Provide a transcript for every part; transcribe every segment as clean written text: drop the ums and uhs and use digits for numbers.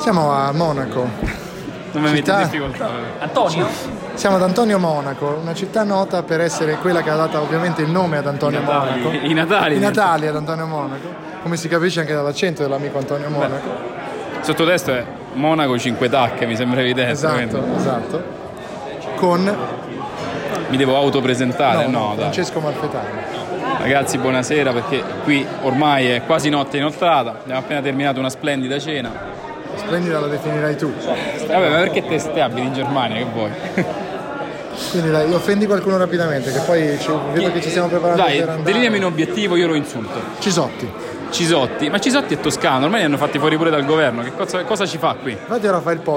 Siamo a Monaco. Non mi metti in difficoltà. Antonio? Siamo ad Antonio Monaco, una città nota per essere quella che ha dato ovviamente il nome ad Antonio Monaco. I Natali ad Antonio Monaco, come si capisce anche dall'accento dell'amico Antonio Monaco. Sottotesto è Monaco 5 tacche, mi sembra evidente. Esatto. Con... Mi devo autopresentare? No, dai. Francesco Malfetano. Ragazzi, buonasera, perché qui ormai è quasi notte inoltrata. Abbiamo appena terminato una splendida cena. Splendida la definirai tu. Vabbè, ma perché te abiti in Germania, che vuoi? Quindi dai, offendi qualcuno rapidamente, che poi vedo che ci stiamo preparando dai, per andare. Delineami un obiettivo, io lo insulto. Cisotti, ma Cisotti è toscano, ormai li hanno fatti fuori pure dal governo. Che cosa ci fa qui? Infatti ora fa il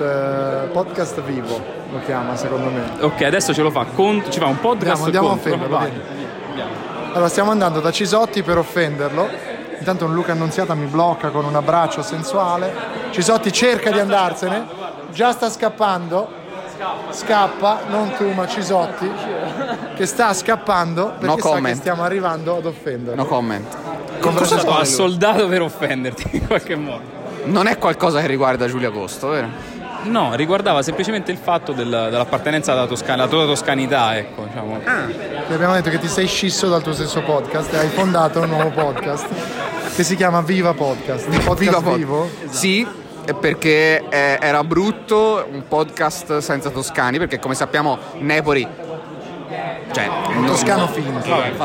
podcast vivo, lo chiama secondo me. Ok, adesso ce lo fa, ci fa un podcast andiamo a contro. offenderlo. Allora stiamo andando da Cisotti per offenderlo. Intanto un Luca Annunziata mi blocca con un abbraccio sensuale. Cisotti cerca di andarsene, già sta scappando. Scappa, non tu ma Cisotti, che sta scappando perché sa che stiamo arrivando ad offenderlo. No comment. Cosa sto a soldato per offenderti in qualche modo? Non è qualcosa che riguarda Giulio Agosto, vero? No, riguardava semplicemente il fatto dell'appartenenza alla Toscana, la tua toscanità, ecco, diciamo. Ti abbiamo detto che ti sei scisso dal tuo stesso podcast e hai fondato un nuovo podcast che si chiama Viva Podcast. Un podcast vivo? Esatto. Sì, perché era brutto un podcast senza toscani, perché come sappiamo Nepori, cioè un toscano finto,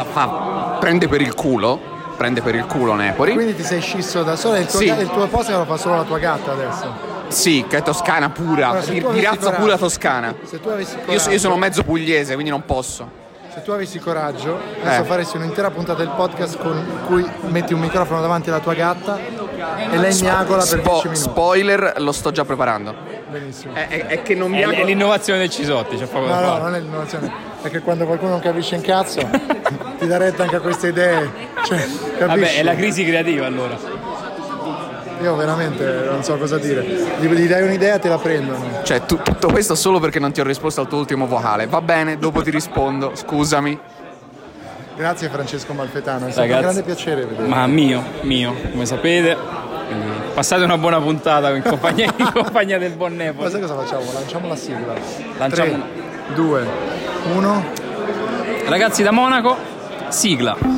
prende per il culo Nepori. Quindi ti sei scisso da solo. Il tuo podcast lo fa solo la tua gatta adesso. Sì, che è toscana pura, allora, di razza pura toscana. Se tu avessi coraggio, io sono mezzo pugliese, quindi non posso. Se tu avessi coraggio, adesso faresti un'intera puntata del podcast con cui metti un microfono davanti alla tua gatta e lei miagola per 10 minuti. Spoiler, lo sto già preparando. Benissimo. È che non è l'innovazione del Cisotti, c'è poco da fare. No, non è l'innovazione. È che quando qualcuno non capisce un cazzo ti dà retta anche a queste idee. Cioè, capisci? Vabbè, è la crisi creativa allora. Io veramente non so cosa dire. Gli dai un'idea e te la prendono. Cioè, tutto questo solo perché non ti ho risposto al tuo ultimo vocale. Va bene, dopo ti rispondo, scusami. Grazie Francesco Malfetano, è stato un grande piacere vedere. Ma mio, come sapete. Quindi passate una buona puntata in compagnia del buon Nepoli. Ma sai cosa facciamo? Lanciamo la sigla. Lanciamo 3, 2, 1. Ragazzi da Monaco, sigla.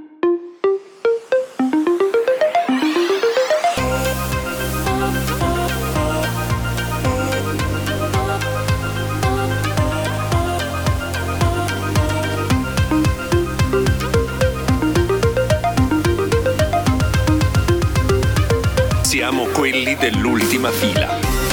Siamo quelli dell'ultima fila.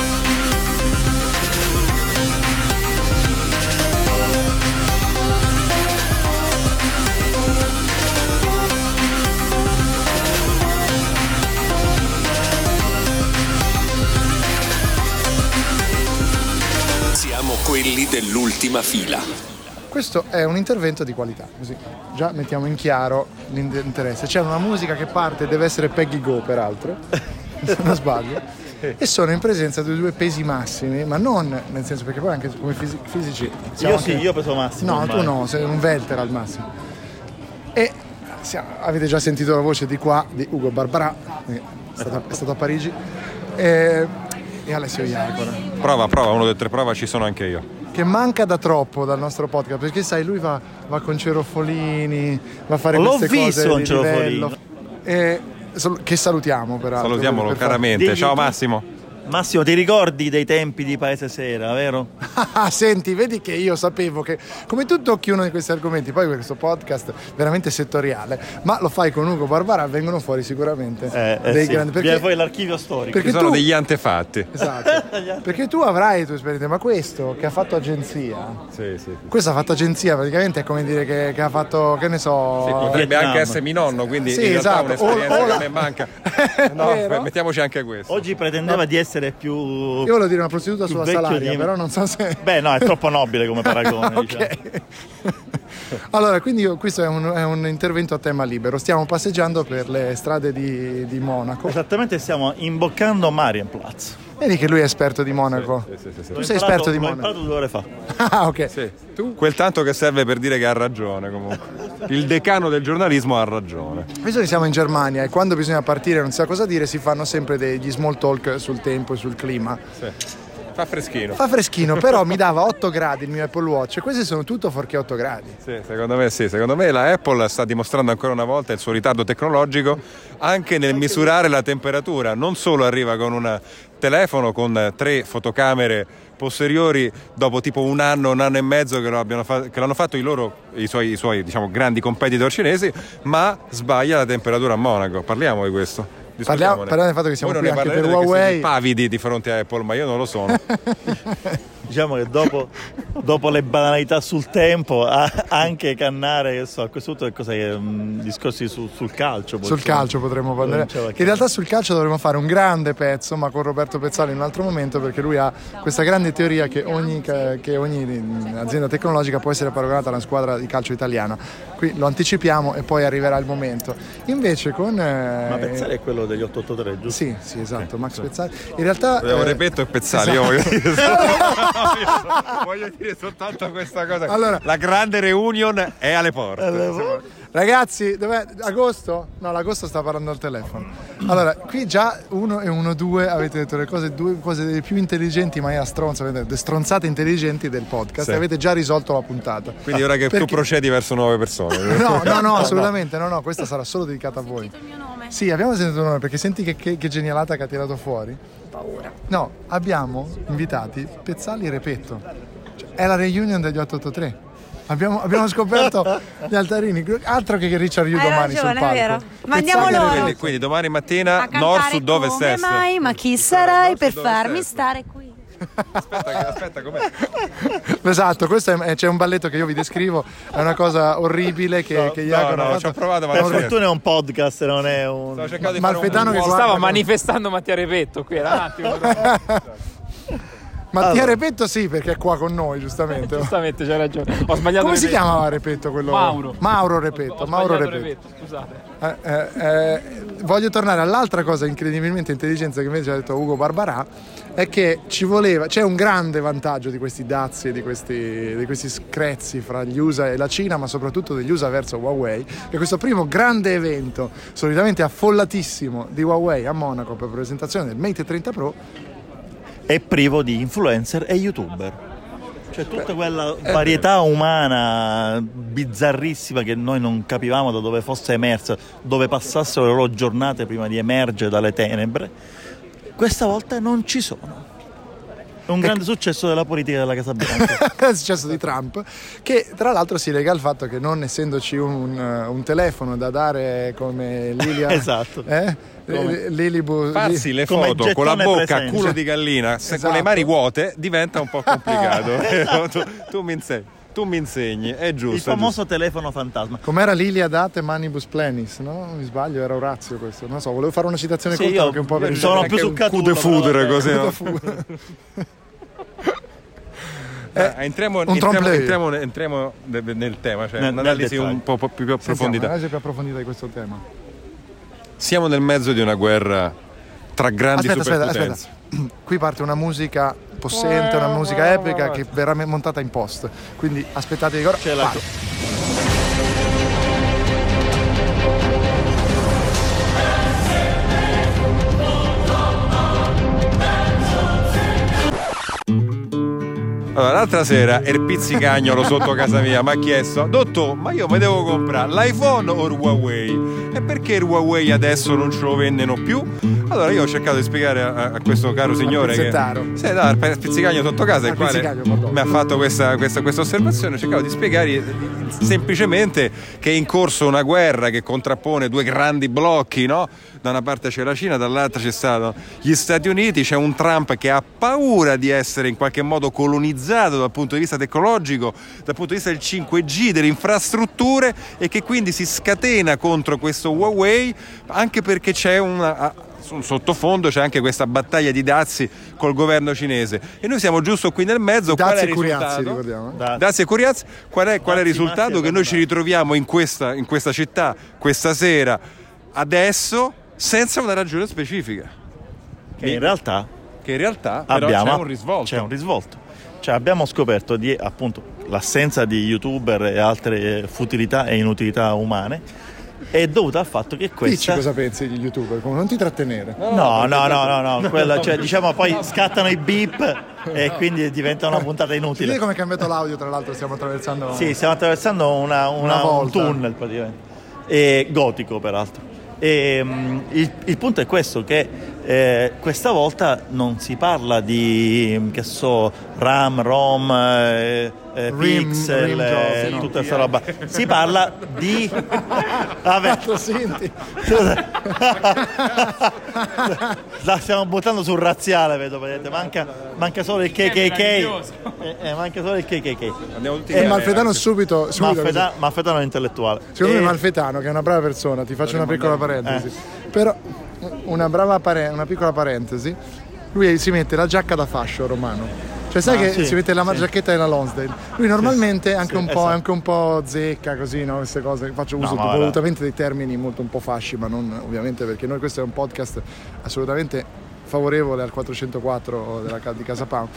Siamo quelli dell'ultima fila. Questo è un intervento di qualità, così già mettiamo in chiaro l'interesse. C'è una musica che parte, deve essere Peggy Go peraltro, se non sbaglio, e sono in presenza di due pesi massimi, ma non nel senso, perché poi anche come fisici io peso massimo. No, tu no, sei un welter al massimo. E avete già sentito la voce di qua di Ugo Barbarà, è stato a Parigi, e Alessio Iacona. Prova, 1, 2, 3, prova, ci sono anche io. Che manca da troppo dal nostro podcast, perché sai, lui va con Cerofolini, va a fare queste cose di livello, che salutiamo peraltro. Salutiamolo caramente. Ciao Massimo. Massimo, ti ricordi dei tempi di Paese Sera, vero? Senti, vedi che io sapevo che, come tu tocchi uno di questi argomenti, poi questo podcast veramente settoriale, ma lo fai con Ugo Barbara, vengono fuori sicuramente dei grandi, perché viene fuori l'archivio storico, perché sono degli antefatti. Esatto. Perché tu avrai le tue esperienze, ma questo che ha fatto agenzia, sì. questo ha fatto agenzia, praticamente è come dire che ha fatto, che ne so, sì, potrebbe anche essere mio nonno, quindi sì, in realtà esatto. Un'esperienza che a me manca. No, mettiamoci anche questo. Oggi pretendeva di essere più, io volevo dire una prostituta sulla Salaria, però non so se... Beh no, è troppo nobile come paragone. Ok. Diciamo. Allora, quindi questo è un intervento a tema libero. Stiamo passeggiando per le strade di Monaco. Esattamente, stiamo imboccando Marienplatz. Vedi che lui è esperto di Monaco. Sì. Tu sei esperto di L'ho Monaco. imparato 2 ore fa. Ah, ok. Sì. Quel tanto che serve per dire che ha ragione, comunque. Il decano del giornalismo ha ragione. Visto che siamo in Germania e quando bisogna partire non si sa cosa dire, si fanno sempre degli small talk sul tempo e sul clima. Sì. Fa freschino. Fa freschino, però mi dava 8 gradi il mio Apple Watch e questi sono tutto fuorché 8 gradi. Sì, secondo me sì. Secondo me la Apple sta dimostrando ancora una volta il suo ritardo tecnologico anche nel misurare la temperatura. Non solo arriva con un telefono con 3 fotocamere posteriori dopo tipo un anno e mezzo che l'hanno fatto i suoi diciamo grandi competitor cinesi, ma sbaglia la temperatura a Monaco. Parliamo di questo. Parliamo del fatto che siamo Voi qui non anche per Huawei. Huawei. Pavidi di fronte a Apple, ma io non lo sono. Diciamo che dopo le banalità sul tempo, anche cannare, che so, a questo punto discorsi sul calcio. Sul calcio potremmo parlare. In realtà sul calcio dovremmo fare un grande pezzo, ma con Roberto Pezzali in un altro momento, perché lui ha questa grande teoria che ogni azienda tecnologica può essere paragonata a una squadra di calcio italiana. Qui lo anticipiamo e poi arriverà il momento. Invece con... Ma Pezzali è quello degli 883, giusto? Sì, esatto, Max Pezzali. In realtà... Repetto e Pezzali, esatto. Io voglio dire soltanto questa cosa. Allora, la grande reunion è alle porte. Ragazzi, dov'è? Agosto? No, l'agosto sta parlando al telefono. Allora, qui già 1 e 1, 2 avete detto due cose delle più intelligenti, ma io a stronzo, avete le stronzate intelligenti del podcast, sì. E avete già risolto la puntata. Quindi ora che tu procedi verso nuove persone. No, assolutamente, no, questa sarà solo dedicata a voi. Ho sentito il mio nome. Sì, abbiamo sentito il nome, perché senti che genialata che ha tirato fuori. Paura. No, abbiamo invitati Pezzali e Repetto. Cioè, è la reunion degli 883. Abbiamo scoperto gli altarini, altro che Richard Hugh domani sul palco. È vero. Ma andiamo Pezzali loro. Quindi domani mattina A cantare nord su dove come stesse. mai, ma chi sarai per farmi stare qui? Aspetta, com'è? Esatto, questo c'è un balletto che io vi descrivo, è una cosa orribile che Jacopo ha fatto. Ci ho provato, ma Per non fortuna è un podcast, non è un... Stavo cercando di Malfetano che Stava manifestando Mattia Repetto qui, era un attimo. Mattia Repetto sì, perché è qua con noi, giustamente. Giustamente, c'hai ragione. Ho sbagliato. Come si chiamava Repetto quello? Mauro Repetto. Scusate. Voglio tornare all'altra cosa incredibilmente intelligente che invece ha detto Ugo Barbarà, è che c'è un grande vantaggio di questi dazi e di questi screzi fra gli USA e la Cina, ma soprattutto degli USA verso Huawei, che questo primo grande evento solitamente affollatissimo di Huawei a Monaco per presentazione del Mate 30 Pro è privo di influencer e youtuber. Cioè tutta quella varietà umana bizzarrissima che noi non capivamo da dove fosse emersa, dove passassero le loro giornate prima di emergere dalle tenebre, questa volta non ci sono. È un grande successo della politica della Casa Bianca. È il successo di Trump, che tra l'altro si lega al fatto che non essendoci un telefono da dare come Lilia esatto. Farsi le foto con la bocca a culo di gallina, se esatto. con le mani vuote diventa un po' complicato. tu mi insegni, è giusto. Il famoso telefono fantasma. Com'era Lilia date manibus plenis, no? Non mi sbaglio, era Orazio questo. Non so, volevo fare una citazione corta che un po' per sono più su Catulo fudere così. No? Entriamo nel tema, cioè un'analisi un po' più approfondita. Un'analisi più approfondita di questo tema. Siamo nel mezzo di una guerra tra grandi superpotenze. Aspetta. Qui parte una musica possente, una musica epica che verrà montata in post. Quindi aspettate ora. Allora, l'altra sera il pizzicagnolo sotto casa mia mi ha chiesto: dottor, ma io mi devo comprare l'iPhone o il Huawei? E perché il Huawei adesso non ce lo vendono più? Allora io ho cercato di spiegare a questo caro signore il pizzicagno sotto casa, il quale mi ha fatto questa osservazione. Ho cercato di spiegare semplicemente che è in corso una guerra che contrappone due grandi blocchi, no? Da una parte c'è la Cina, dall'altra ci stanno gli Stati Uniti, c'è un Trump che ha paura di essere in qualche modo colonizzato dal punto di vista tecnologico, dal punto di vista del 5G, delle infrastrutture, e che quindi si scatena contro questo Huawei, anche perché c'è sul sottofondo c'è anche questa battaglia di dazi col governo cinese e noi siamo giusto qui nel mezzo. Dazi e Curiazzi, ricordiamo. Dazi e Curiazzi, qual è il risultato? Che noi ci ritroviamo in questa città questa sera adesso senza una ragione specifica, che in realtà però c'è un risvolto. Cioè abbiamo scoperto di appunto l'assenza di youtuber e altre futilità e inutilità umane è dovuta al fatto che questa... Dici cosa pensi degli youtuber, come non ti trattenere. No, quello, cioè, diciamo poi scattano i beep e quindi diventa una puntata inutile. Vedi come è cambiato l'audio, tra l'altro stiamo attraversando... Sì, stiamo attraversando un tunnel praticamente, e gotico peraltro. E il punto è questo, che questa volta non si parla di, che so, RAM, ROM, pixel, tutta questa roba. Si parla di... Vabbè, senti. La stiamo buttando sul razziale, vedo, vedete. Manca solo il KKK. Manca solo il KKK. E Malfetano subito Malfetano è intellettuale. Secondo me Malfetano, che è una brava persona, ti faccio una piccola parentesi. Però una piccola parentesi. Lui si mette la giacca da fascio romano. Cioè sai che si mette la giacchetta della Lonsdale. Lui normalmente è anche un po' zecca così, no? Queste cose. Faccio uso volutamente dei termini molto un po' fasci, ma non ovviamente, perché noi questo è un podcast assolutamente favorevole al 404 di Casa Pound.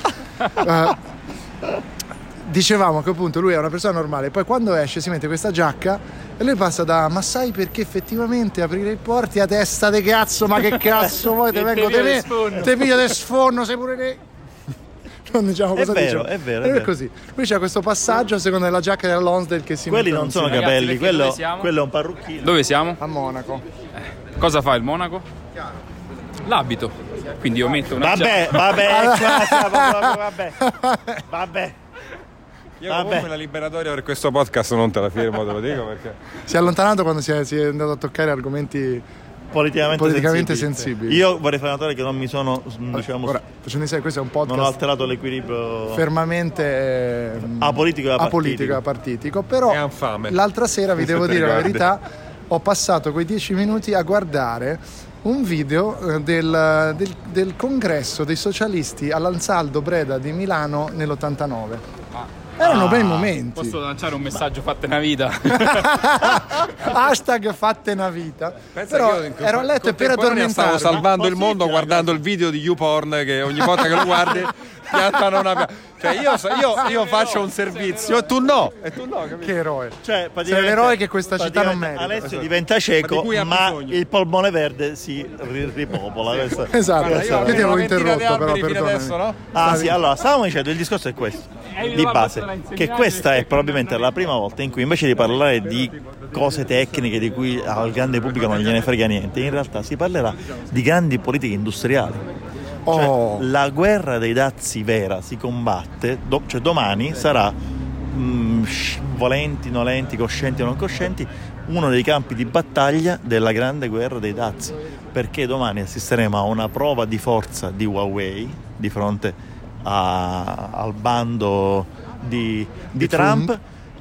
Dicevamo che appunto lui è una persona normale, poi quando esce si mette questa giacca e lui passa da ma sai perché effettivamente aprire i porti a testa de cazzo, ma che cazzo vuoi, te vengo te piglio del sforno, sei pure lì. Non diciamo cosa dice. È vero. Così. Lui c'è questo passaggio secondo la giacca della Lonsdale che si quelli non sono capelli, quello è un parrucchino. Dove siamo? A Monaco. Cosa fa il Monaco? L'abito. Quindi io metto una Vabbè. Io comunque la liberatoria per questo podcast non te la firmo, te lo dico, perché si è allontanato quando si è andato a toccare argomenti politicamente sensibili. Io vorrei fare notare che non mi sono ora, questo è un podcast, non ho alterato l'equilibrio, fermamente apolitico e apartitico, però è infame. L'altra sera vi devo dire la verità, ho passato quei 10 minuti a guardare un video del congresso dei socialisti all'Ansaldo Breda di Milano nell'89. Erano bei momenti. Posso lanciare un messaggio fatte una vita? Hashtag fatte una vita. Però ero a letto e per addormentarmi stavo salvando il mondo guardando il video di YouPorn, che ogni volta che lo guardi piantano una cioè io faccio un servizio e tu no, capito? Che eroe, cioè sei l'eroe che questa città non merita. Alessio diventa cieco, ma il polmone verde si ripopola. Esatto. Io ti avevo interrotto, però perdonami. No? Allora stavamo dicendo, il discorso è questo di base, che questa è probabilmente la prima volta in cui invece di parlare di cose tecniche di cui al grande pubblico non gliene frega niente, in realtà si parlerà di grandi politiche industriali. Cioè, la guerra dei dazi vera si combatte, cioè domani sarà, volenti, nolenti, coscienti o non coscienti, uno dei campi di battaglia della grande guerra dei dazi, perché domani assisteremo a una prova di forza di Huawei di fronte al bando di Trump.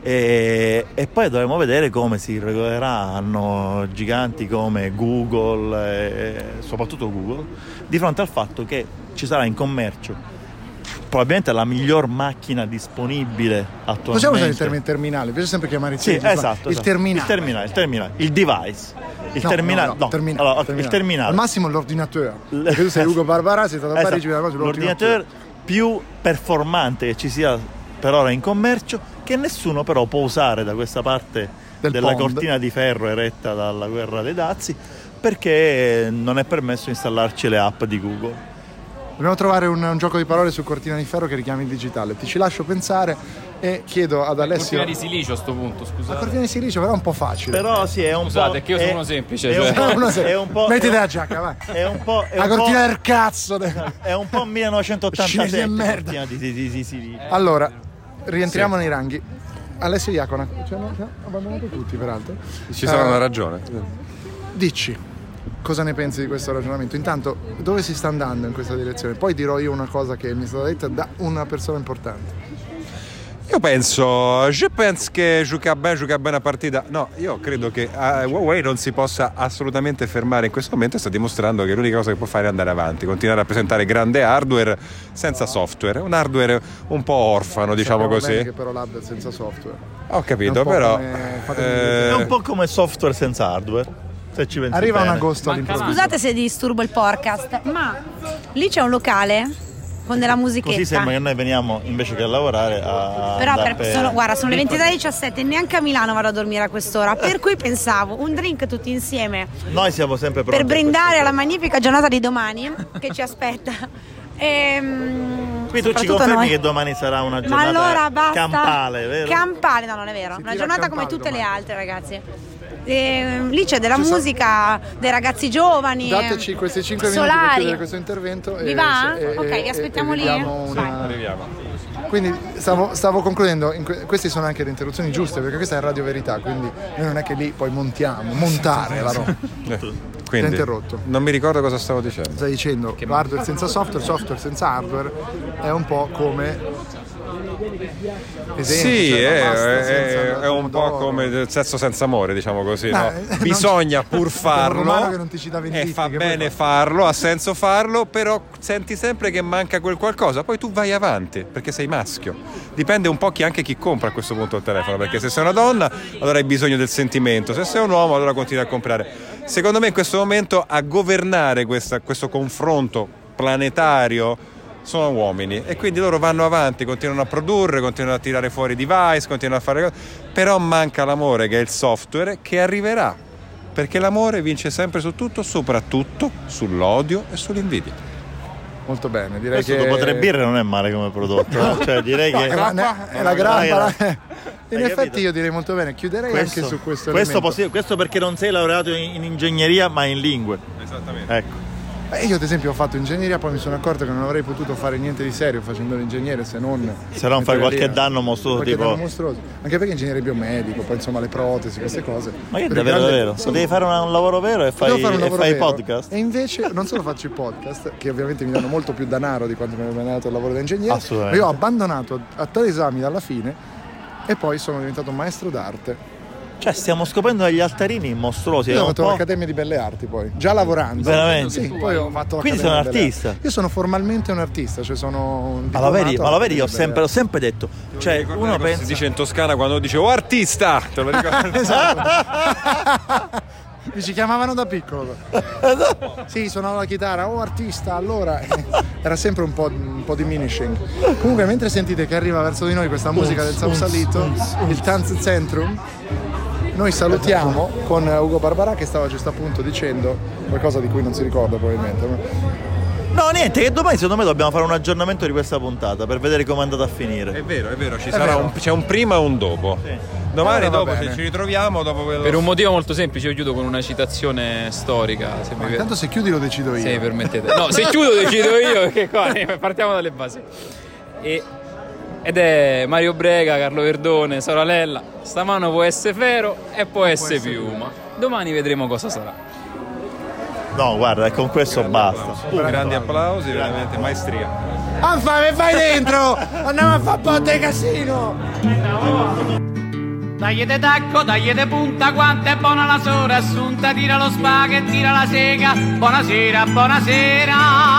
E poi dovremo vedere come si regoleranno giganti come Google, soprattutto Google, di fronte al fatto che ci sarà in commercio probabilmente la miglior macchina disponibile attualmente. Possiamo usare il termine terminale, bisogna sempre chiamare il terminale, il device. Il terminale. Al massimo l'ordinatore. Perché tu sei Ugo Barbara, sei stato a Parigi, l'ordinatore più performante che ci sia per ora in commercio, che nessuno però può usare da questa parte della cortina di ferro eretta dalla guerra dei dazi, perché non è permesso installarci le app di Google. Dobbiamo trovare un gioco di parole su cortina di ferro che richiami il digitale. Ti ci lascio pensare e chiedo ad Alessio. Cortina di silicio a sto punto, scusate. La cortina di silicio però è un po' facile. Però sì, è un scusate, po'. che io sono uno semplice. È un po'. Mettiti la giacca, vai. È un po'. La cortina del cazzo. È un po' 1987. Merda. Di allora, rientriamo nei ranghi. Alessio Iacona, ci hanno abbandonato tutti peraltro. Ci sarà una ragione. Dici. Cosa ne pensi di questo ragionamento? Intanto, dove si sta andando in questa direzione? Poi dirò io una cosa che mi è stata detta da una persona importante. Io penso che gioca bene una partita. No, io credo che Huawei non si possa assolutamente fermare in questo momento, sta dimostrando che l'unica cosa che può fare è andare avanti, continuare a presentare grande hardware senza software, un hardware un po' orfano, diciamo così. Che però l'hardware senza software. Ho capito, però è un po' come software senza hardware. Se ci pensi arriva bene. un agosto all'improvviso. Scusate se disturbo il podcast, ma lì c'è un locale con della musichetta. Così sembra che noi veniamo invece che a lavorare a Però sono le 23:17, neanche a Milano vado a dormire a quest'ora, per cui pensavo un drink tutti insieme. Noi siamo sempre pronti per brindare alla magnifica giornata di domani che ci aspetta. Qui tu ci confermi che domani sarà una giornata campale, vero? Campale, no, non è vero. Una giornata come tutte le altre, ragazzi. Lì c'è della musica dei ragazzi giovani. Dateci questi 5 minuti solari. per chiudere questo intervento. Vi va? Ok, vi aspettiamo lì. Arriviamo. Quindi stavo concludendo, queste sono anche le interruzioni giuste, perché questa è Radio Verità, quindi noi non è che lì poi montare la roba. Quindi, interrotto. Non mi ricordo cosa stavo dicendo. Stai dicendo che hardware senza software senza hardware è un po' come sì, è un po' come il sesso senza amore, diciamo così, no? Bisogna pur farlo che non ti ci dà e fa bene farlo, ha senso farlo, però senti sempre che manca quel qualcosa, poi tu vai avanti perché sei maschio. Dipende un po' anche chi compra a questo punto il telefono, perché se sei una donna allora hai bisogno del sentimento, se sei un uomo allora continui a comprare. Secondo me in questo momento a governare questo confronto planetario sono uomini e quindi loro vanno avanti, continuano a produrre, continuano a tirare fuori device, continuano a fare cose, però manca l'amore, che è il software, che arriverà, perché l'amore vince sempre su tutto, soprattutto sull'odio e sull'invidia. Molto bene, direi questo che dopo 3 birre non è male come prodotto, cioè direi che è la grappa. In effetti capito? io direi molto bene, chiuderei anche su questo questo perché non sei laureato in ingegneria ma in lingue. Esattamente. Ecco. Io ad esempio ho fatto ingegneria, poi mi sono accorto che non avrei potuto fare niente di serio facendo l'ingegnere se non fai qualche danno mostruoso, anche perché ingegnere biomedico, poi insomma le protesi, queste cose. Ma che davvero? Sì. Devi fare un lavoro vero e fai podcast? E invece non solo faccio i podcast, che ovviamente mi danno molto più denaro di quanto mi aveva dato il lavoro da ingegnere, ma io ho abbandonato a 3 esami alla fine e poi sono diventato maestro d'arte. Cioè stiamo scoprendo degli altarini mostruosi. Io ho fatto l'Accademia di Belle Arti poi, già lavorando. Veramente? Sì, poi ho fatto quindi sei un artista? Io sono formalmente un artista, cioè sono un ma lo vedi, io ho sempre detto, cioè uno pensa, si dice in Toscana quando dice artista, te lo ricordi? Esatto. Mi ci chiamavano da piccolo. Sì, suonavo la chitarra, artista, allora era sempre un po' diminishing. Comunque mentre sentite che arriva verso di noi questa musica del Sausalito, il Tanz Centrum, noi salutiamo con Ugo Barbara che stava giusto appunto dicendo qualcosa di cui non si ricorda probabilmente. No, niente, che domani secondo me dobbiamo fare un aggiornamento di questa puntata per vedere come è andata a finire. È vero, c'è un prima e un dopo. Sì. Domani dopo se ci ritroviamo dopo quello... Per un motivo molto semplice io chiudo con una citazione storica. Intanto se chiudi lo decido io. Se mi permettete. No, se chiudo decido io, perché qua partiamo dalle basi. Ed è Mario Brega, Carlo Verdone, Soralella. Stamano può essere Fero e può essere Piuma. Domani vedremo cosa sarà. No, guarda, con questo basta. Grandi applausi, veramente maestria. Anfame, vai dentro! Andiamo a fare botte casino! Tagli de tacco, tagli de punta, quanto è buona la sora assunta, tira lo spago e tira la sega. Buonasera, buonasera.